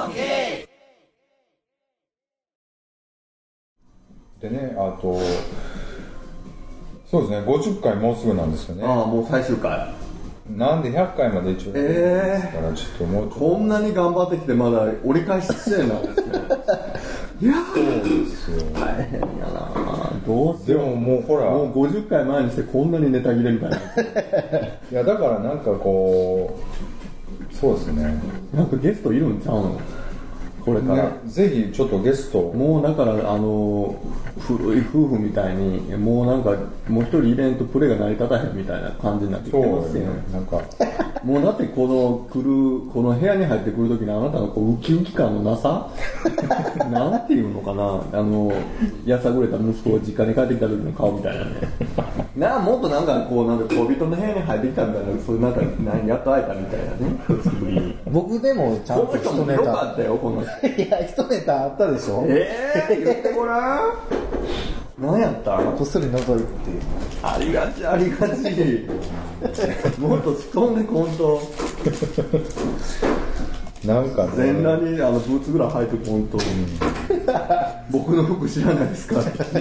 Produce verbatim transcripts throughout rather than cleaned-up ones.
でね、あとそうですね、ごじゅっかいもうすぐなんですよね。 ああ、もう最終回。 なんでひゃっかいまで一応ですから、ちょっともうちょっとこんなに頑張ってきてまだ折り返し出演なんですね。いやそうですよ。 大変やな。どうしでよう。 ももうほら、 もうごじゅっかいまえにしてこんなにネタ切れみたいな。 いやだからなんかこう、そうですね。 なんかゲストいるんちゃうの？これから、 ね、ぜひちょっとゲストもうだからあの古い夫婦みたいにもうなんかもう一人イベントプレーが成り立たへんみたいな感じになってきてますよね。 なんかもうだってこの来るこの部屋に入ってくるときにあなたのこうウキウキ感のなさなんていうのかな、あのやさぐれた息子を実家に帰ってきた時の顔みたいなね。なあもっとなんかこうなんか恋人の部屋に入ってきたみたいな、そういうなんか何やっと会えたみたいなね。一月ぶりに。 僕でもちゃんとこの人も一ネタよかったよこの人。 いや一ネタあったでしょ。 えー、言ってごらん。何やったこっそり覗いてありがちありがち。もっと仕込んでこんと。 なんかね、 全裸にあのブーツぐらい履いてこんと。僕の服知らないですか。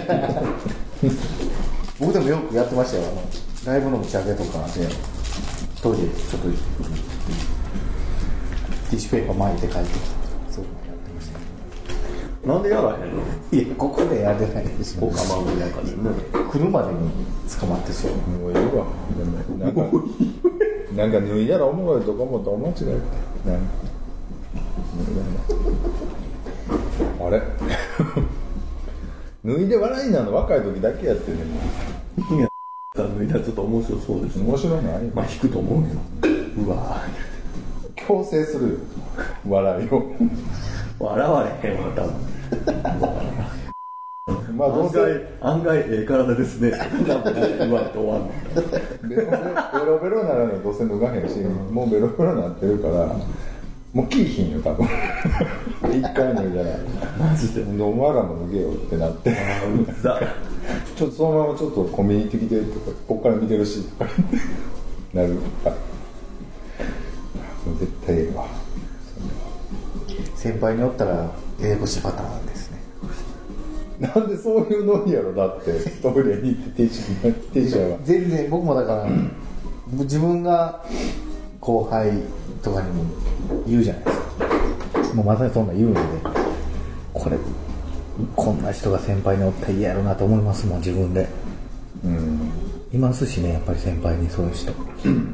僕でもよくやってましたよ。あのライブの打ち上げとかで一人でちょっとティッシュペーパー巻いて帰ってきて、そういうのやってました。 なんでやらへんの？ いやここでやれないでしょ。 こうかまうの中でね。 来るまでに捕まってしまう。 もういいわ。でもなんかなんか脱いだらおもろいとかもと間違えて、なんかあれ脱いで笑いなの若い時だけやってるね。 いや脱いだらちょっと面白そうですね。 面白ない？ まあ引くと思うけど。うわ強制するよ笑いを。 笑われへんわ多分。 まあどうせ案外案外ええ体ですね。言われて終わんの。 ベロベロベロならどうせ脱がへんし、もうベロベロなってるからもうキーひんよ多分。一回脱いだらマジで。 お前らも脱げよってなって、 うざ。 ちょっとそのままちょっとコンビニ行ってきてとか、こっから見てるしとかなるか。もう絶対ええわ。 先輩におったら英語しパターンですね。 なんでそういうのにやろ。だってトイレに行ってティッシュティッシュは全然僕もだから自分が後輩とかにも言うじゃないですか。もうまさにそんな言うんで、これこんな人が先輩におったら嫌やろなと思いますもん自分で。 うんいますしね、やっぱり先輩にそういう人。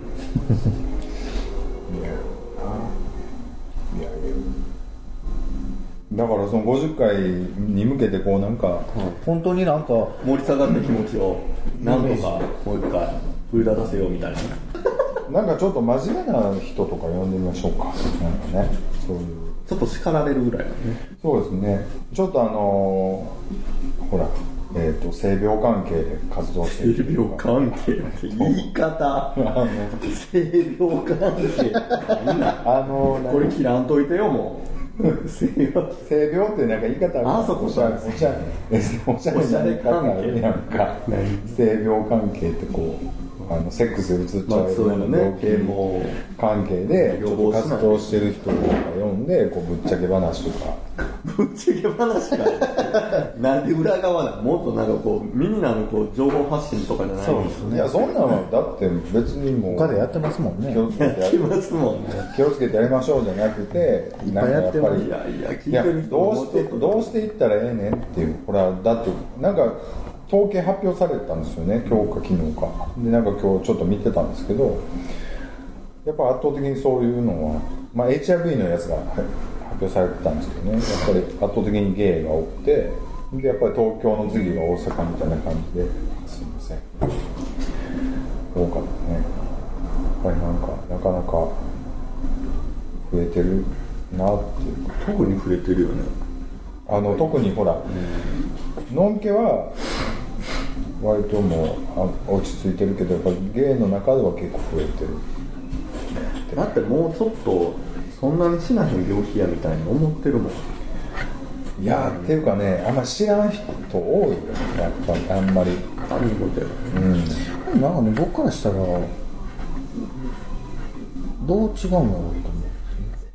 だからそのごじゅっかいに向けてこうなんか、 本当になんか盛り下がった気持ちをなんとかもう一回振り立たせようみたいな。 なんかちょっと真面目な人とか呼んでみましょうか。なんかね、そういう。 ちょっと叱られるぐらいのね。 そうですね。ちょっとあのー、ほら、えっ、ー、と性病関係で活動している。 性病関係って言い方。性病関係。 あのー、 これ切らんといてよもう。性病。 性病ってなんか言い方ある。 あそこおしゃれ、おしゃれ、おしゃれな言い方あるやんか。性病関係ってこう。あのセックスで移っちゃうような病気関係でちょっと活動してる人とか読んでこうぶっちゃけ話とかぶっちゃけ話かなんで裏側だ。もっとなんかこうミニなのこう情報発信とかじゃない。 そうですね。 いやそんなのはだって別にもう他でやってますもんね。 気をつけてやりますもんね。 気をつけてやりましょうじゃなくて、なんかやっぱりいやいや聞いていやる人どうしてどうしていったらええねんっていう。ほらだってなんか統計発表されたんですよね、今日か昨日かで。なんか今日ちょっと見てたんですけど、やっぱ圧倒的にそういうのは、まあ、エイチアイブイ のやつが発表されてたんですけどね、やっぱり圧倒的にゲイが多くて、でやっぱり東京の次が大阪みたいな感じで、すいません、多かったね。やっぱりなんかなかなか増えてるなっていう。 特に触れてるよね。 あの特にほら、うん、のんけは割ともう落ち着いてるけど、やっぱゲイの中では結構増えてる。 だってもうちょっとそんなにしなへん病気やみたいに思ってるもん。 いやーっていうかね、あんま知らん人多いよやっぱり。あんまり他人事やうん、 なんかね、僕からしたらどう違うんだろうと思う。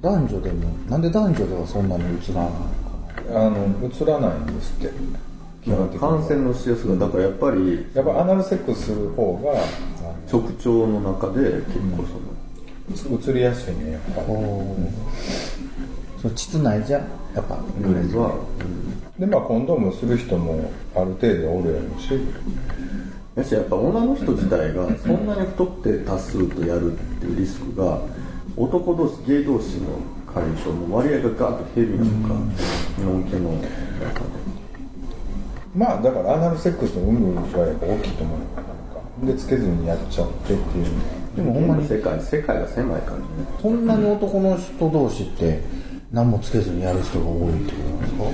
男女でもなんで男女ではそんなに映らないのかな。 あの映らないんですって基本的に感染のしやすがだからやっぱりやっぱアナルセックスする方が直腸の中で結構その、 うん、移りやすいねやっぱり、 うん、その膣内じゃやっぱグレーズは、 うん、でまあコンドームする人もある程度おるやろうしやしやっぱ女の人自体がそんなに太って多数とやるっていうリスクが男同士ゲイ同士の会とも割合がガーッと減るやんか、のんけの中でまあだからアナルセックスの有無がやっぱ大きいと思うのかなんかでつけずにやっちゃってっていうでもほんまに世界世界が狭いからね。 そんなに男の人同士って何もつけずにやる人が多いってことなんですか？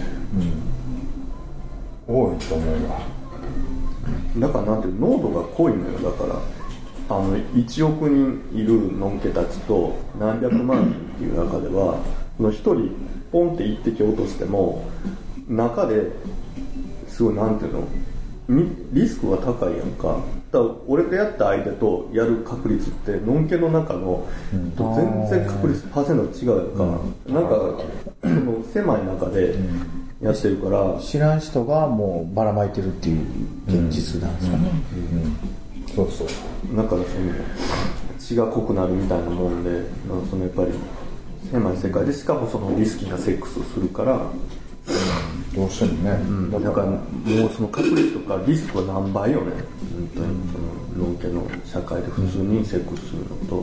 うん多いと思うわ。 だからなんていう濃度が濃いのよ。だからあのいちおくにんいるのんけたちと何百万人っていう中ではのひとりポンって一滴落としても中ですごいなんていうのリスクは高いやんか。だから俺がやった相手とやる確率ってのんけの中の、うん、と全然確率パーセントが違うやんか、うん、なんかその狭い中でやってるから、うん、 知らん人がもうばらまいてるっていう現実なんですかね、 うんうんうん、そうそうだからその血が濃くなるみたいなもんでなんかそのやっぱり狭い世界でしかもそのリスキーなセックスをするから、うん、 どうしてもね、 うん、だからもうその確率とかリスクは何倍よね本当にそののんけの社会で普通にセックスするのと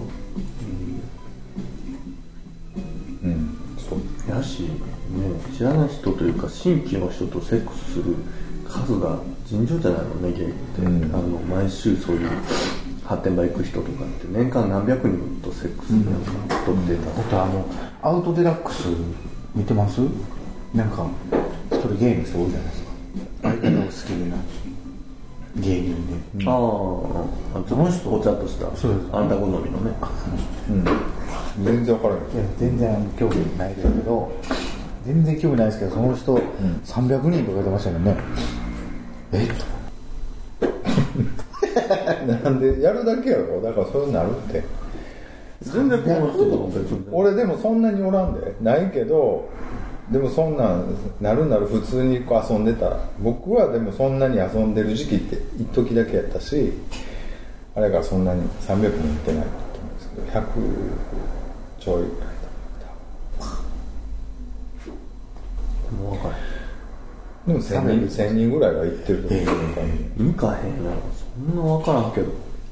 うん、うん、そうやし、ね、知らない人というか新規の人とセックスする数が尋常じゃないのねゲイって、うん、あの毎週そういう発展場行く人とかって年間何百人とセックスなんか撮ってた、 うん、あのアウトデラックス見てます？なんか一人ゲイの人多いじゃないですか相方を好きな芸人で、うん、ああその人お茶としたそうです、あんた好みのね、 うん、全然分からない。 いや全然興味ないですけど全然興味ないですけどその人、うん、さんびゃくにんとか言ってましたよね。えっとなんでやるだけやろ。だからそうなるって全然この人と俺でもそんなにおらんでないけどでもそんなんなるなる普通にこう遊んでたら僕はでもそんなに遊んでる時期って一時だけやったしあれがそんなにさんびゃくにんいってないと思うんですけどひゃくちょいぐらいだもう分かる。 でもせんにん、せんにんぐらいは行ってると思う。 えー、いかへんな。そんな分からんけど。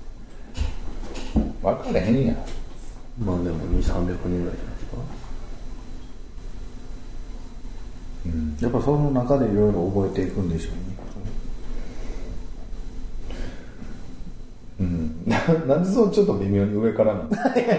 分かれへんやん。 まあでもにひゃく、さんびゃくにんぐらいじゃないですか。 うん、やっぱその中でいろいろ覚えていくんでしょうね。 うん、な, なんでそうちょっと微妙に上からなん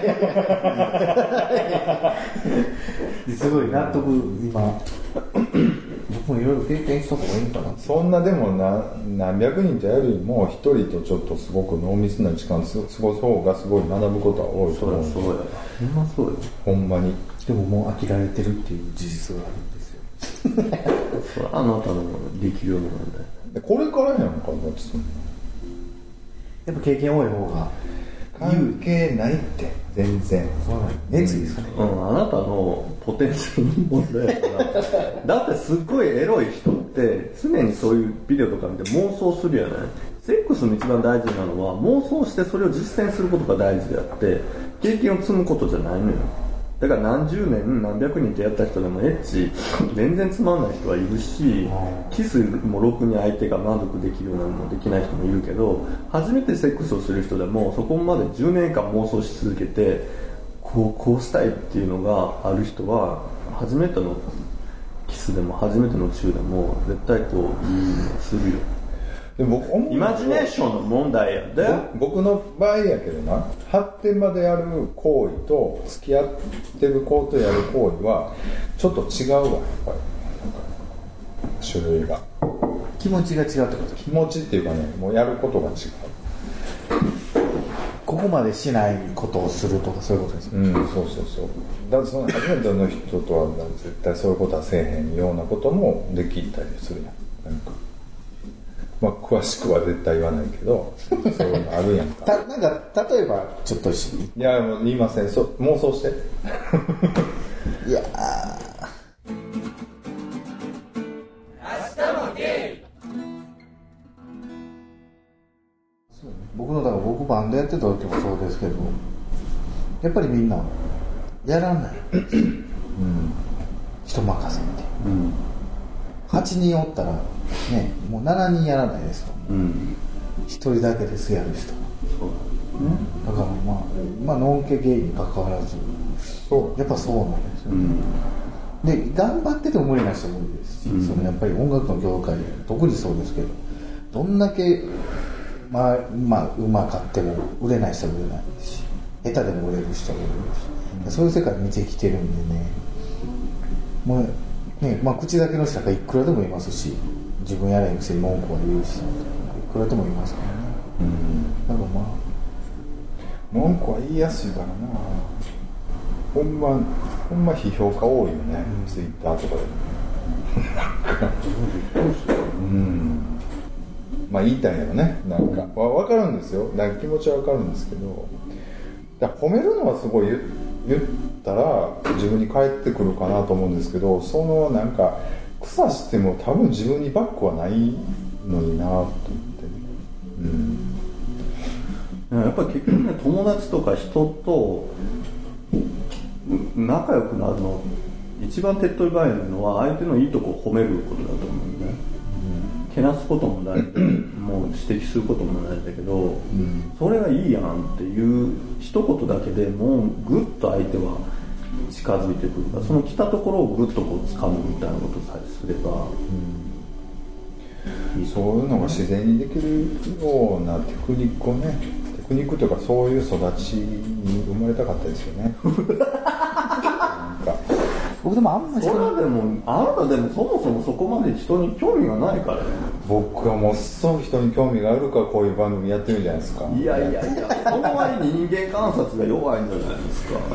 すごい納得今僕もいろいろ経験した方がいいかな。 そんなでもな何百人とやるよりも一人とちょっとすごく濃密な時間過ごす方がすごい学ぶことは多いと思う。 そうやそうやほんまそうよほんまに。 でももう飽きられてるっていう事実があるんですよそれあなたの力量の問題。 これからやんかだってそんなやっぱ経験多い方が関係ないって全然熱意ですかね、 うん、あなたのポテンシャルの問題やからだってすっごいエロい人って常にそういうビデオとか見て妄想するやない。セックスの一番大事なのは妄想してそれを実践することが大事であって経験を積むことじゃないのよ。だから何十年何百人ってやった人でもエッチ全然つまんない人はいるしキスもろくに相手が満足できるようなのもできない人もいるけど初めてセックスをする人でもそこまでじゅうねんかん妄想し続けてこう、こうしたいっていうのがある人は初めてのキスでも初めてのチューでも絶対こういいのするよ。 で僕イマジネーションの問題やで僕の場合やけどな発展までやる行為と付き合ってる子とやる行為はちょっと違うわやっぱり種類が気持ちが違うってこと。 気持ちっていうかねもうやることが違う。 ここまでしないことをするとかそういうことですね。 うんそうそうそうだからその初めての人とは絶対そういうことはせえへんようなこともできたりするやん。なんかまあ、詳しくは絶対言わないけどそういうのあるやんかたなんか例えばちょっとしいやもう言いませんそ妄想していや僕のだから僕バンドやってた時もそうですけど、やっぱりみんなやらない、うん、人任せって、うん、はちにんおったらね、もうしちにんやらないですもん、うん、ひとりだけですやる人。そうだね。だからまあまあのんけ芸に関わらず、そうやっぱそうなんですよね。うん、で頑張ってても無理な人も多いですし、うん、そのやっぱり音楽の業界で特にそうですけど、どんだけまあまあうまかっても売れない人も売れないし、下手でも売れる人も売れるし、うん、そういう世界見てきてるんでね。もうね、まあ口だけの人はいくらでもいますし、自分やらへんくせに文句は言うし、いくらでもいますからね。うん。だからまあ文句は言いやすいからな。ほんまほんま批評家多いよね、うん、ツイッターとかで。うん。まあ言いたいんやろね。なんかわかるんですよ。なんか気持ちはわかるんですけど、だから褒めるのはすごい言言ったら自分に返ってくるかなと思うんですけど、そのなんか草しても多分自分にバックはないのになと思って、 うん、やっぱり結局ね、友達とか人と仲良くなるの一番手っ取り早いのは相手のいいとこを褒めることだと思うんだよね。けなすことも大事で、もう指摘することも大事だけど、うん、それがいいやんっていう一言だけでもうぐっと相手は近づいてくるから、その来たところをぐっとこう掴むみたいなことさえすれば、 うん、そういうのが自然にできるようなテクニックをね、テクニックというかそういう育ちに生まれたかったですよね。なんか僕でもあんまりそれはでもあなたでもそもそもそこまで人に興味がないからね。 僕はもっそう人に興味があるからこういう番組やってるんじゃないですか。 いやいやいや、その割に人間観察が弱いんじゃないですか。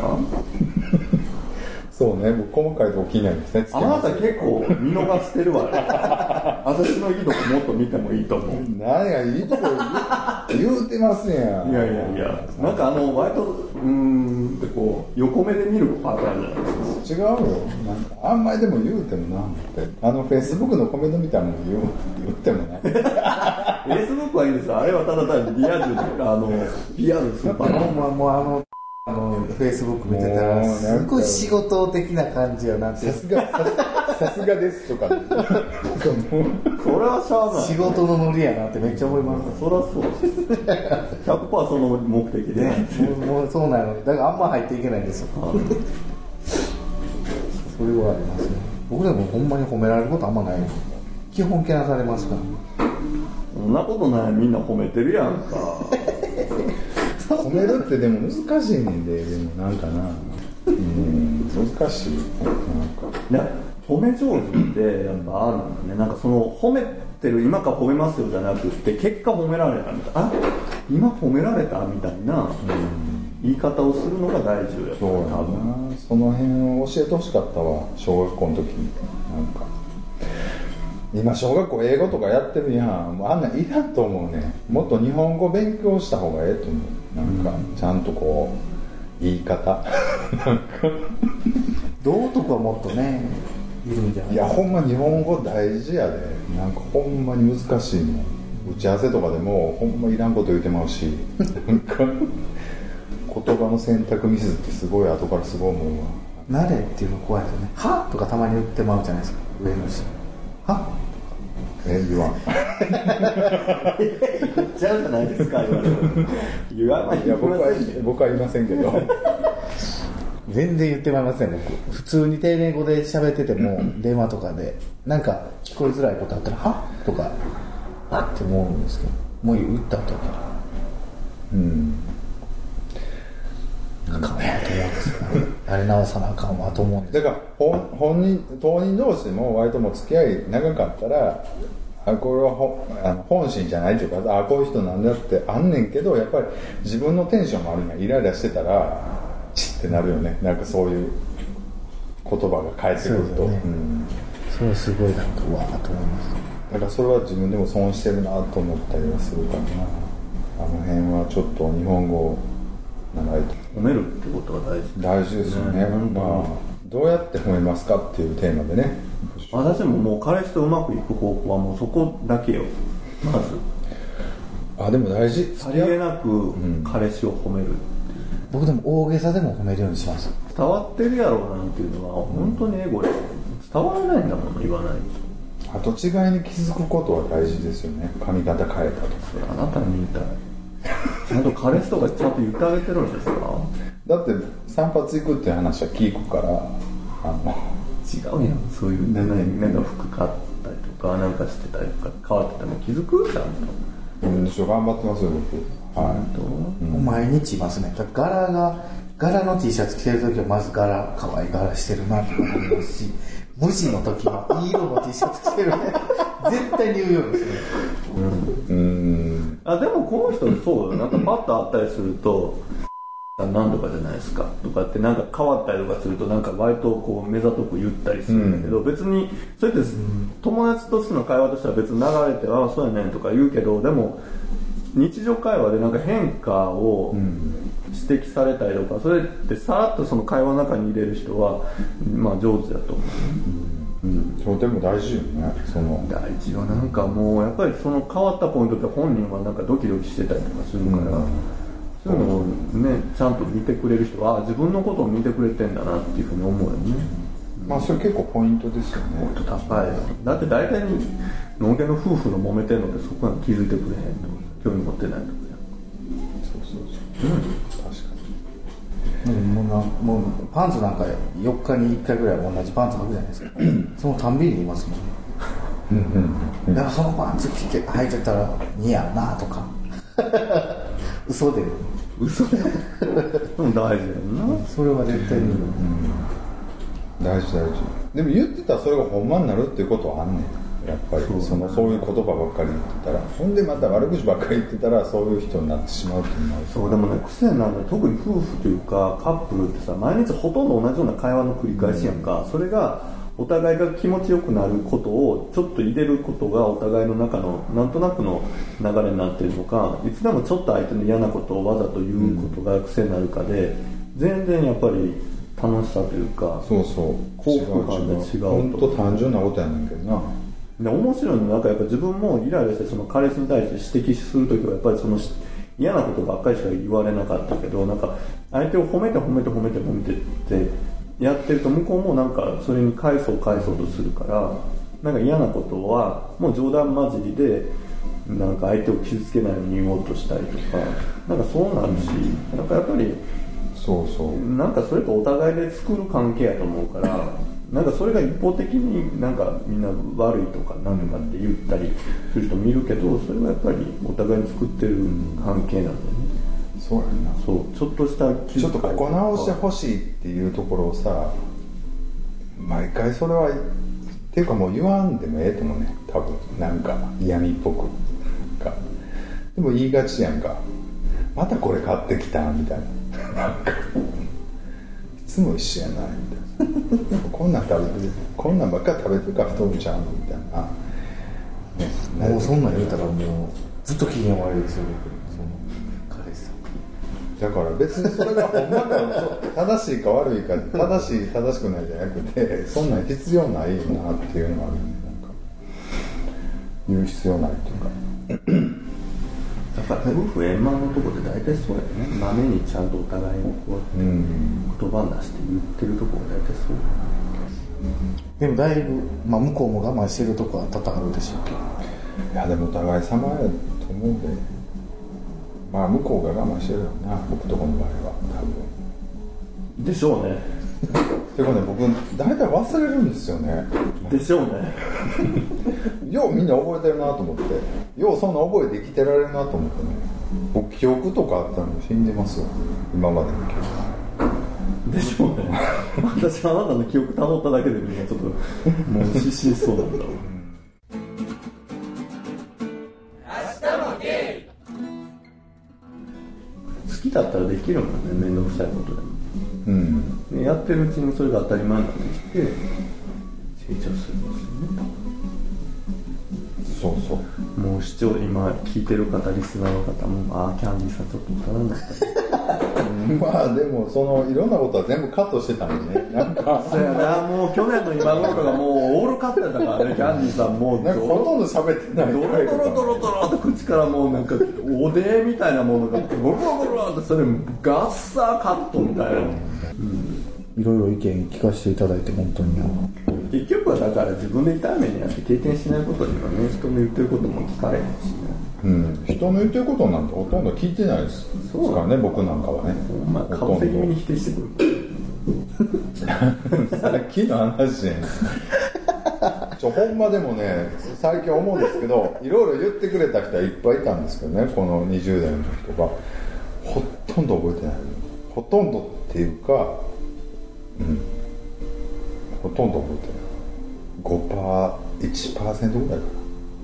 そうね、僕細かいとこ気になるんですね。 あなた結構見逃してるわね。私のいいとこもっと見てもいいと思う。 何がいいとこ言うてますやん。 いやいやいや、なんかあの割とうーんってこう横目で見るパターンじゃないですか。 違うよ。なんかあんまりでも言うてもなって、あのフェイスブックのコメントみたいなの言う言ってもね。フェイスブックはいいですよ。あれはただ単にリア充とかあの ピーアール するパターン。 もうもうあのあのフェイスブック見てたらすごい仕事的な感じやなって。 さすがさすがですとか。それはしゃあない。 仕事のノリやなってめっちゃ思います。 そりゃそうです。ひゃくパーセント その目的で。 ね、もうそうなの。だからあんま入っていけないんですよ。それはありますね。僕でもほんまに褒められることあんまない。基本けなされますから。 そんなことない。みんな褒めてるやんか。 褒めるってでも難しいねんで、でもなんかな、うん、難しい。なんかいや褒め上手ってやっぱあるんだね。なんかその褒めてる今から褒めますよじゃなくって結果褒められたみたいな、あ今褒められたみたいな、うん、言い方をするのが大事よ。 そうやな。その辺を教えてほしかったわ、小学校の時に。なんか今小学校英語とかやってるやん。もうあんなんいらんと思うね。もっと日本語勉強した方がええと思う。なんかちゃんとこう言い方なんか道徳はもっとねいるんじゃない。 いやほんま日本語大事やで。なんかほんまに難しいもん。打ち合わせとかでもほんまいらんこと言うてまうし、なんか言葉の選択ミスってすごい後からすごい思うわ。慣れっていうの怖いですよね。はとかたまに言ってまうじゃないですか、上の人。はえ言わん。 言っちゃうじゃないですか。言われる。言わない。いや僕は僕は言いませんけど。 全然言ってまいません。僕普通に丁寧語で喋ってても電話とかでなんか聞こえづらいことあったらはとかあって思うんですけど、もう言った後だから。うん。あかんわと思うんですよね。あれ直さなあかんわと思うんです。 だから本本人当人同士でも割とも付き合い長かったら、あこれはほあの本心じゃないというか、あこういう人なんだってあんねんけど、やっぱり自分のテンションもあるんや。イライラしてたらチッってなるよね。なんかそういう言葉が返ってくると。 そうですよね。うん、それはすごいなとうわーと思います。 だからそれは自分でも損してるなと思ったりはするからな。あの辺はちょっと日本語を習いと褒めるってことが大事大事ですよね。まあどうやって褒めますかっていうテーマでね。 私ももう彼氏とうまくいく方法はもうそこだけよ。まずあ、でも大事。 さりげなく彼氏を褒める、うん、 僕でも大げさでも褒めるようにします。 伝わってるやろうなんていうのは本当にエゴで伝わらないんだもの、言わないあと違いに気づくことは大事ですよね。髪型変えたとか。 あなたに言いたい。ちゃんと彼氏とかちゃんと言ってあげてるんですか？ だって散髪行くっていう話は聞くから、あの違うやん、そういうね、なんか服買ったりとかなんかしてたりとか変わってたの気づく？ちゃんと。 うん、一緒頑張ってますよ僕。はい。 うん、毎日いますね。柄が柄の T シャツ着てるときはまず柄可愛い柄してるなとか思いますし、無地の時はいい色の T シャツ着てるね。絶対に言うようですね。 うん。うんあ、でもこの人そうなんかパッと会ったりすると何とかじゃないですかとかってなんか変わったりとかするとなんか割とこう目ざとく言ったりするんだけど、うん、別にそれって友達としての会話としては別に流れてああそうやねんとか言うけど、でも日常会話でなんか変化を指摘されたりとか、それってさらっとその会話の中に入れる人はまあ上手だと思う、 うんうん、そうでも大事よね。その大事はなんかもうやっぱりその変わったポイントって本人はなんかドキドキしてたりとかするから、うん、そういうのをねちゃんと見てくれる人は自分のことを見てくれてんだなっていうふうに思うよね。 まあそれ結構ポイントですよね。 もっと高いだって大体に農家の夫婦の揉めてるのでそこは気づいてくれへんと興味持ってないとかや。 そうそうそう、うん、確かにもうなもうパンツなんかよっかにいっかいぐらい同じパンツ履くじゃないですか。そのたんびに言いますもんね。うんうんうん、だからそのパンツ着て履いてたら似合うなとか嘘で嘘ででも大事やんな。 それは絶対に、うん、 大事大事。でも言ってたらそれがほんまになるっていうことはあんねん。やっぱり そ, そのそういう言葉ばっかり言ってたら、ほんでまた悪口ばっかり言ってたらそういう人になってしまうっていうのは。 そうでもね癖になるのは特に夫婦というかカップルってさ毎日ほとんど同じような会話の繰り返しやんか、うん、それがお互いが気持ちよくなることをちょっと入れることがお互いの中のなんとなくの流れになっているのか、いつでもちょっと相手の嫌なことをわざと言うことが癖になるかで、うん、全然やっぱり楽しさというかそうそう幸福感が違うと。 本当単純なことやねんけどな。 で面白いのなんかやっぱ自分もイライラしてその彼氏に対して指摘するときはやっぱりその嫌なことばっかりしか言われなかったけど、なんか相手を褒めて褒めて褒めて褒めてってやってると向こうもなんかそれに返そう返そうとするから、なんか嫌なことはもう冗談交じりでなんか相手を傷つけないように言おうとしたりとか、なんかそうなるし、なんかやっぱりそうそうなんかそれとお互いで作る関係やと思うから。なんかそれが一方的になんかみんな悪いとか何とかって言ったりする人見るけど、それはやっぱりお互いに作ってる関係なんだよね。 そうやな。 そうちょっとしたちょっとここ直してほしいっていうところをさ、毎回それはっていうかもう言わんでもええと思うね。多分なんか嫌味っぽくかでも言いがちやんか。またこれ買ってきたみたいな、なんかいつも一緒やなみたいなこんなん食べてこんなんばっかり食べてるから太るちゃうみたいな、 ね、もうそんなん言うたらもうずっと機嫌悪いですよその彼氏さん。 だから別にそれがほんまか正しいか悪いか正しい正しくないじゃなくてそんなん必要ないなっていうのがあるんで、なんか言う必要ないっていうかだから夫婦円満のところで大体そうやね。まめにちゃんとお互いにこう、うん、言葉出して言ってるところが大体そうや、ね、でもだいぶ、まあ、向こうも我慢してるとこは多々あるでしょうけど、 いやでもお互い様やと思うんで、まあ向こうが我慢してるよな、僕とこの場合は多分でしょうねてかね、僕大体忘れるんですよね。 でしょうねようみんな覚えてるなと思って、ようそんな覚えて生きてられるなと思ってね。僕記憶とかあったのに死んでますよ、今までの記憶でしょうね私はあなたの記憶保っただけでみんなちょっともう失神しそうなんだろう好きだったらできるもんね、面倒くさいことでも、うん、やってるうちにそれが当たり前になってきて成長するんですよね。 そうそう。 もう視聴今聞いてる方リスナーの方もああキャンディーさんちょっと大人になったまあでもそのいろんなことは全部カットしてたんでね。なんかそうやな、もう去年の今頃がもうオールカットやったからね、キャンディーさんもうなんかほとんど喋ってない。 ドロドロドロドロと口からもうなんかおでみたいなものがゴロゴロゴロってそれガッサーカットみたいな、うん、 いろいろ意見聞かせていただいて本当に結局はだから自分で痛い目にやって経験しないことにはね、人の言ってることも聞かれへんしね、 うん、人の言ってることなんてほとんど聞いてないですからね、僕なんかはね。 まあ完璧に否定してくるさっきの話やんちょほんまでもね、最近思うんですけど、いろいろ言ってくれた人はいっぱいいたんですけどね、このにじゅう代の人がほとんど覚えてない。ほとんどっていうか、うん、ほとんど覚えてない。ごパーセント、いちパーセント ぐらいかな。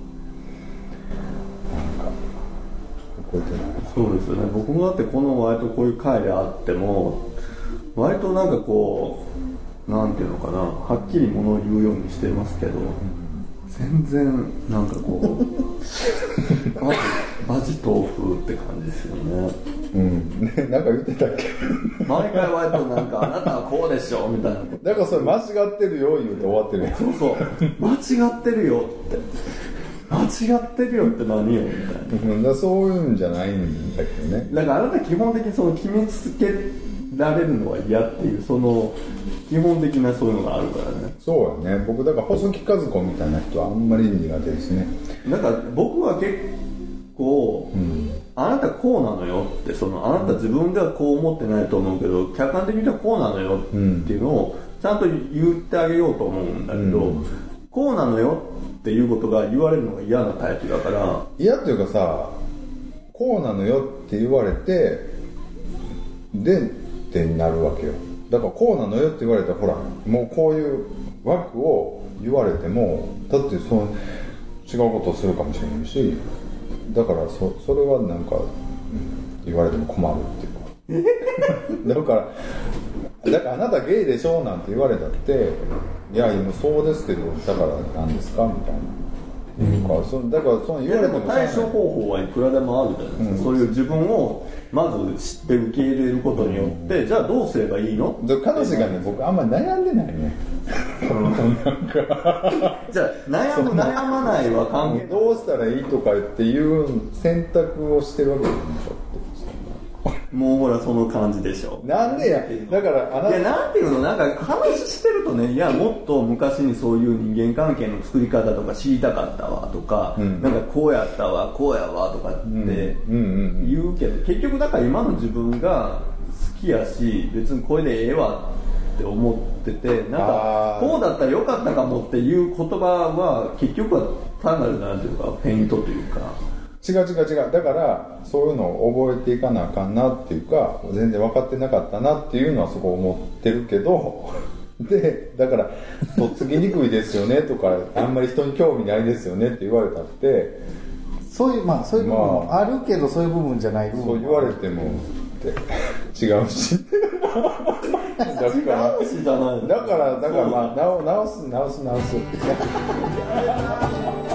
なんか覚えてない。 そうですよね。僕もだってこの割とこういう会であっても割となんかこうなんていうのかな、はっきりものを言うようにしてますけど、うん、全然なんかこうマジマジ豆腐って感じですよね。 うんね、なんか言ってたっけ毎回割となんかあなたはこうでしょみたいな。 だからそれ間違ってるよ言うて終わってるやん。 そうそう間違ってるよって間違ってるよって何よみたいな、 うん、そういうんじゃないんだけどね。 だからあなた基本的にその決めつけられるのは嫌っていうその基本的なそういうのがあるからね。 そうやね。僕だから細木和子みたいな人はあんまり苦手ですね。 なんか僕は結構、うん、あなたこうなのよって、そのあなた自分ではこう思ってないと思うけど客観的にはこうなのよっていうのをちゃんと言ってあげようと思うんだけど、うん、こうなのよっていうことが言われるのが嫌なタイプだから。 嫌っていうかさ、こうなのよって言われてでってなるわけよ。だからこうなのよって言われたらほらもうこういう枠を言われてもだってその違うことをするかもしれないし、だから そ, それはなんか、うん、言われても困るっていうかだからだからあなたゲイでしょなんて言われたっていや今そうですけどだから何ですかみたいな。うん、そだからその言われても対処方法はいくらでもあるじゃないですか、うん、そういう自分をまず知って受け入れることによって、うん、じゃあどうすればいいの。 彼女がね僕あんまり悩んでないねなんかじゃあ悩む悩まないは関係どうしたらいいとかっていう選択をしてるわけでしょってもうほらその感じでしょ。 なんでやだからあなたいやなんていうの、なんか話してるとね、いやもっと昔にそういう人間関係の作り方とか知りたかったわとか、うん、なんかこうやったわこうやわとかって言うけど、結局だから今の自分が好きやし別にこれでええわって思ってて、なんかこうだったらよかったかもっていう言葉は結局は単なるなんていうかフェイントというか。 違う違う違う。だからそういうのを覚えていかなあかんなっていうか全然分かってなかったなっていうのはそこ思ってるけどでだからとっつきにくいですよねとかあんまり人に興味ないですよねって言われたってそういうまあそういう部分もあるけど、そういう部分じゃない部分そう言われてもって違うしだから違うしじゃないだからだからまあ直す直す直す